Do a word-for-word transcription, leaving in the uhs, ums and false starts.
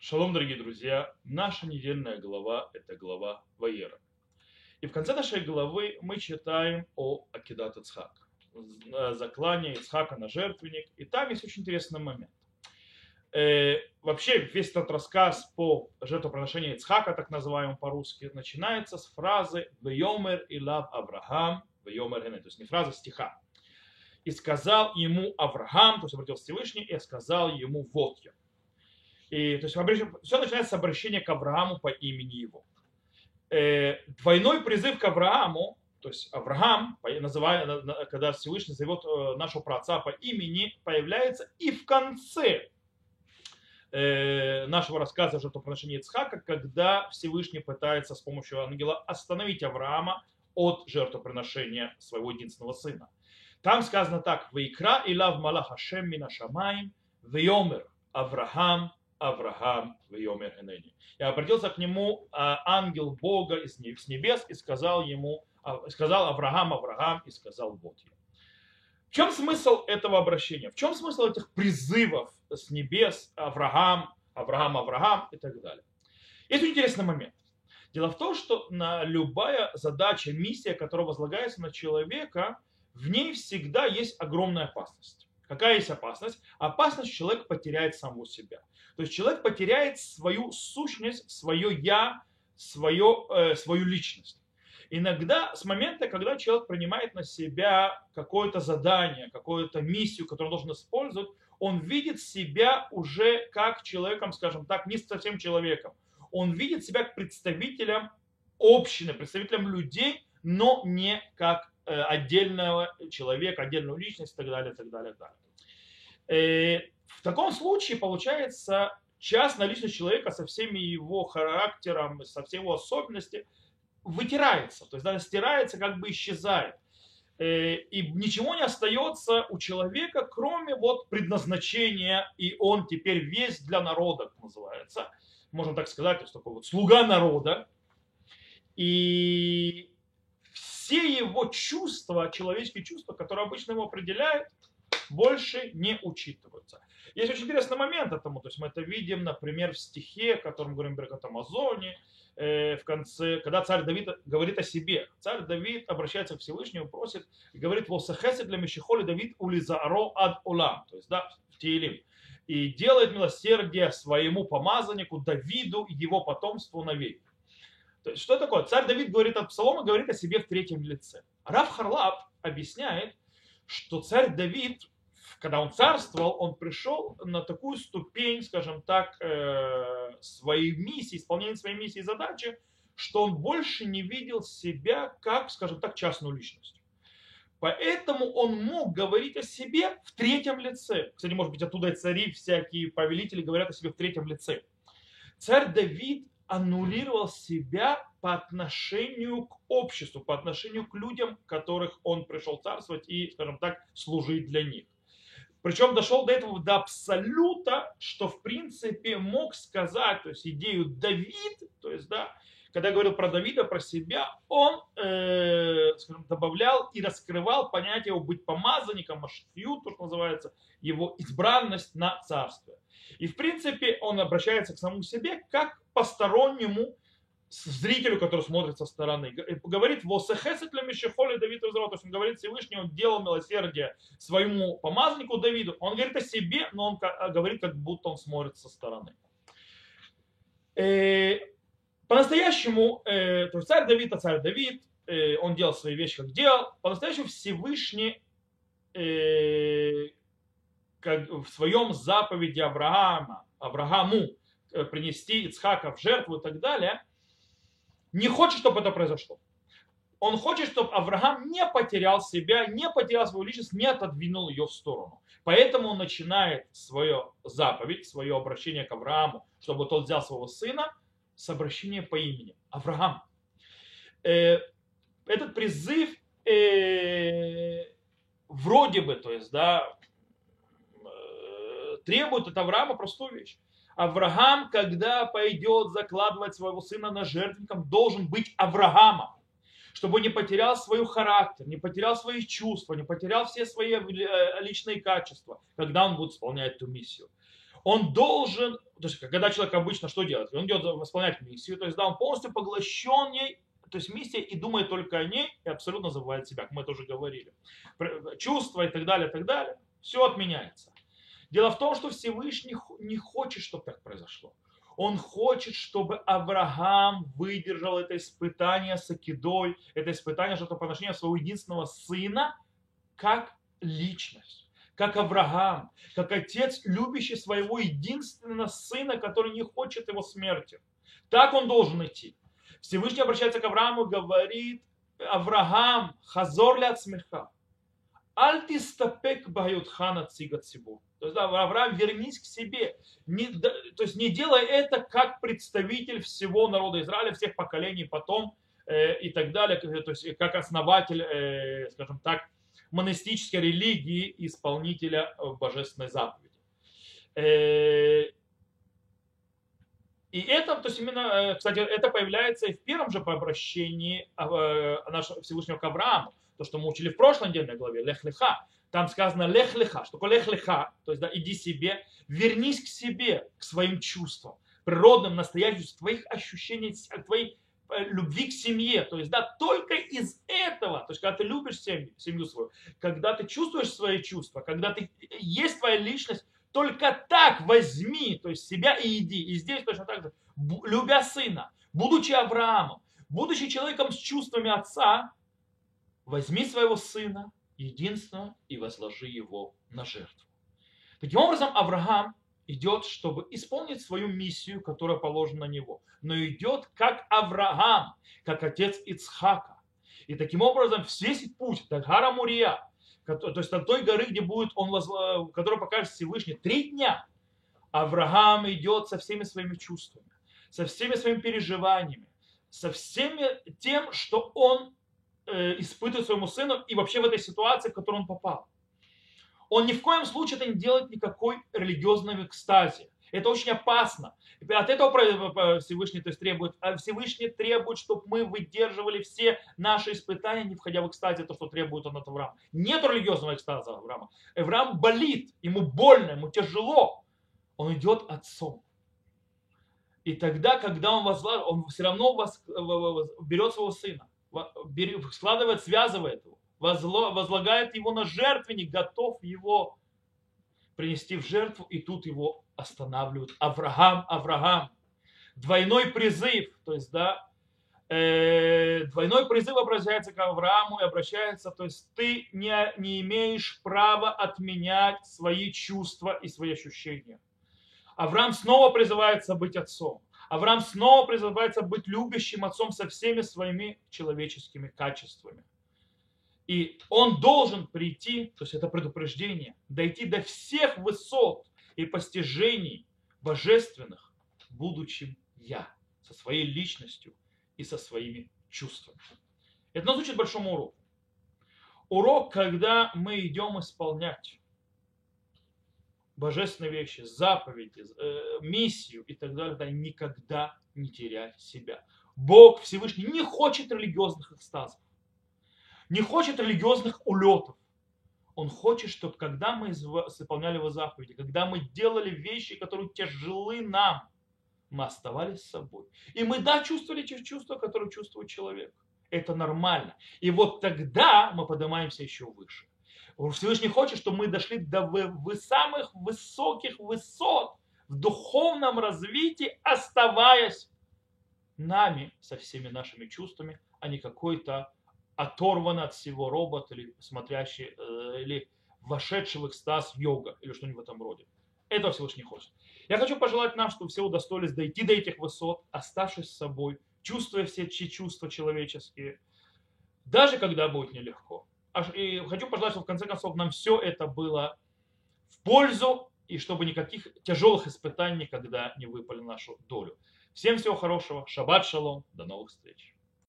Шалом, дорогие друзья! Наша недельная глава– это глава Ваера. И в конце нашей главы мы читаем о Акидат Ицхак, заклане Ицхака на жертвенник. И там есть очень интересный момент. Э, вообще весь этот рассказ по жертвоприношению Ицхака, так называемым по-русски, начинается с фразы «Вейомер илав Авраам, вейомер геней», то есть не фраза, а стиха. «И сказал ему Авраам», то есть обратился Всевышний, «и сказал ему вот я». И, то есть все начинается с обращения к Аврааму по имени его. Э, двойной призыв к Аврааму, то есть Авраам, называя, когда Всевышний зовет нашего праотца по имени, появляется и в конце э, нашего рассказа о жертвоприношении Ицхака, когда Всевышний пытается с помощью ангела остановить Авраама от жертвоприношения своего единственного сына. Там сказано так: «Ваикра илав малах Хашем мина шамаим, вейомер Авраам, Авраам в Йомер Энени». И обратился к нему ангел Бога с небес и сказал ему, сказал Авраам, Авраам, и сказал вот я. В чем смысл этого обращения? В чем смысл этих призывов с небес Авраам, Авраам, Авраам и так далее? Есть интересный момент. Дело в том, что на любая задача, миссия, которая возлагается на человека, в ней всегда есть огромная опасность. Какая есть опасность? Опасность, что человек потеряет самого себя. То есть человек потеряет свою сущность, свое я, свое, э, свою личность. Иногда с момента, когда человек принимает на себя какое-то задание, какую-то миссию, которую он должен использовать, он видит себя уже как человеком, скажем так, не совсем человеком. Он видит себя как представителем общины, представителем людей, но не как э, отдельного человека, отдельную личность и так далее, и так далее, и так далее. В таком случае, получается, частная личность человека со всеми его характером, со всеми его особенностями вытирается, то есть даже стирается, как бы исчезает. И ничего не остается у человека, кроме вот предназначения, и он теперь весь для народа, как называется, можно так сказать, то есть такой вот слуга народа. И все его чувства, человеческие чувства, которые обычно его определяют, больше не учитываются. Есть очень интересный момент этому, то есть мы это видим, например, в стихе, о котором говорим в Беркат Амазоне, э, в конце, когда царь Давид говорит о себе. Царь Давид обращается к Всевышнему, просит, и говорит: «Восахесет для Мишихоли Давид улизаро ад олам», то есть да, в Теилим, и делает милосердие своему помазаннику Давиду и его потомству навеки. То есть что такое? Царь Давид говорит от псалома, говорит о себе в третьем лице. Рав Харлап объясняет, что царь Давид, когда он царствовал, он пришел на такую ступень, скажем так, своей миссии, исполнения своей миссии и задачи, что он больше не видел себя как, скажем так, частную личность. Поэтому он мог говорить о себе в третьем лице. Кстати, может быть, оттуда и цари, всякие повелители говорят о себе в третьем лице. Царь Давид аннулировал себя по отношению к обществу, по отношению к людям, которых он пришел царствовать и, скажем так, служить для них. Причем дошел до этого, до абсолюта, что в принципе мог сказать, то есть идею Давид, то есть, да, когда говорил про Давида, про себя, он э, скажем, добавлял и раскрывал понятие его быть помазанником, машхию, то, что называется, его избранность на царство. И в принципе он обращается к самому себе как к постороннему зрителю, который смотрит со стороны. Говорит: «Восехесет для Мишихоли Давид Израиль», то есть он говорит, Всевышний, он делал милосердие своему помазаннику Давиду. Он говорит о себе, но он говорит, как будто он смотрит со стороны. По-настоящему, то есть царь Давид, а царь Давид, он делал свои вещи, как делал. По-настоящему Всевышний как в своем заповеди Авраама, Аврааму принести Ицхака в жертву и так далее, не хочет, чтобы это произошло. Он хочет, чтобы Авраам не потерял себя, не потерял свою личность, не отодвинул ее в сторону. Поэтому он начинает свою заповедь, свое обращение к Аврааму, чтобы тот взял своего сына, с обращения по имени Авраам. Этот призыв вроде бы, то есть, да, требует от Авраама простую вещь. Авраам, когда пойдет закладывать своего сына на жертвенником, должен быть Авраамом, чтобы он не потерял свой характер, не потерял свои чувства, не потерял все свои личные качества, когда он будет исполнять эту миссию. Он должен, то есть когда человек обычно что делает? Он идет восполнять миссию, то есть да, он полностью поглощен ей, то есть миссия и думает только о ней, и абсолютно забывает себя, как мы это уже говорили. Чувства и так далее, и так далее, все отменяется. Дело в том, что Всевышний не хочет, чтобы так произошло. Он хочет, чтобы Авраам выдержал это испытание с Акидой, это испытание жертвоприношения своего единственного сына, как личность, как Авраам, как отец, любящий своего единственного сына, который не хочет его смерти. Так он должен идти. Всевышний обращается к Аврааму и говорит: Авраам, хазор ля ацмеха, аль тистапек баютхана цига цибур. То есть, да, Авраам, вернись к себе. Не, да, то есть не делай это как представитель всего народа Израиля, всех поколений потом э, и так далее. То есть как основатель, э, скажем так, монастической религии, исполнителя божественной заповеди. Э, и это, то есть именно, кстати, это появляется и в первом же обращении нашего Всевышнего к Аврааму. То, что мы учили в прошлой недельной главе, лех-леха. Там сказано лех-леха. Что такое лех-леха? То есть, да, иди себе, вернись к себе, к своим чувствам, природным, настоящим, твоих ощущений, твоей любви к семье. То есть, да, только из этого, то есть, когда ты любишь семью, семью свою, когда ты чувствуешь свои чувства, когда ты, есть твоя личность, только так возьми, то есть, себя и иди. И здесь точно так же, любя сына, будучи Авраамом, будучи человеком с чувствами отца, возьми своего сына, единственного, и возложи его на жертву. Таким образом, Авраам идет, чтобы исполнить свою миссию, которая положена на него. Но идет как Авраам, как отец Ицхака. И таким образом весь путь до гора Мурия, то есть до той горы, где будет он, который покажет Всевышний, три дня, Авраам идет со всеми своими чувствами, со всеми своими переживаниями, со всеми тем, что он испытывает своему сыну и вообще в этой ситуации, в которую он попал. Он ни в коем случае это не делает никакой религиозной экстазе. Это очень опасно. От этого Всевышний, то есть, требует, Всевышний требует, чтобы мы выдерживали все наши испытания, не входя в экстазе, то, что требует он от Авраама. Нет религиозного экстаза Авраама. Авраам болит, ему больно, ему тяжело. Он идет отцом. И тогда, когда он возлагает, он все равно берет своего сына, складывает, связывает его, возлагает его на жертвенник, готов его принести в жертву, и тут его останавливают. Авраам, Авраам. Двойной призыв, то есть, да, э, двойной призыв обращается к Аврааму и обращается, то есть ты не, не имеешь права отменять свои чувства и свои ощущения. Авраам снова призывается быть отцом. Авраам снова призывается быть любящим отцом со всеми своими человеческими качествами. И он должен прийти, то есть это предупреждение, дойти до всех высот и постижений божественных, будучи я, со своей личностью и со своими чувствами. Это нас учит большому уроку. Урок, когда мы идем исполнять божественные вещи, заповеди, миссию и так далее, да, никогда не терять себя. Бог Всевышний не хочет религиозных экстазов, не хочет религиозных улетов. Он хочет, чтобы когда мы исполняли его заповеди, когда мы делали вещи, которые тяжелы нам, мы оставались с собой. И мы, да, чувствовали те чувства, которые чувствует человек. Это нормально. И вот тогда мы поднимаемся еще выше. Всевышний хочет, чтобы мы дошли до самых высоких высот в духовном развитии, оставаясь нами со всеми нашими чувствами, а не какой-то оторванный от всего робот или смотрящий, или вошедший в экстаз йога или что-нибудь в этом роде. Этого Всевышний хочет. Я хочу пожелать нам, чтобы все удостоились дойти до этих высот, оставшись с собой, чувствуя все чувства человеческие, даже когда будет нелегко. И хочу пожелать, чтобы в конце концов нам все это было в пользу, и чтобы никаких тяжелых испытаний никогда не выпали в нашу долю. Всем всего хорошего. Шаббат шалом. До новых встреч.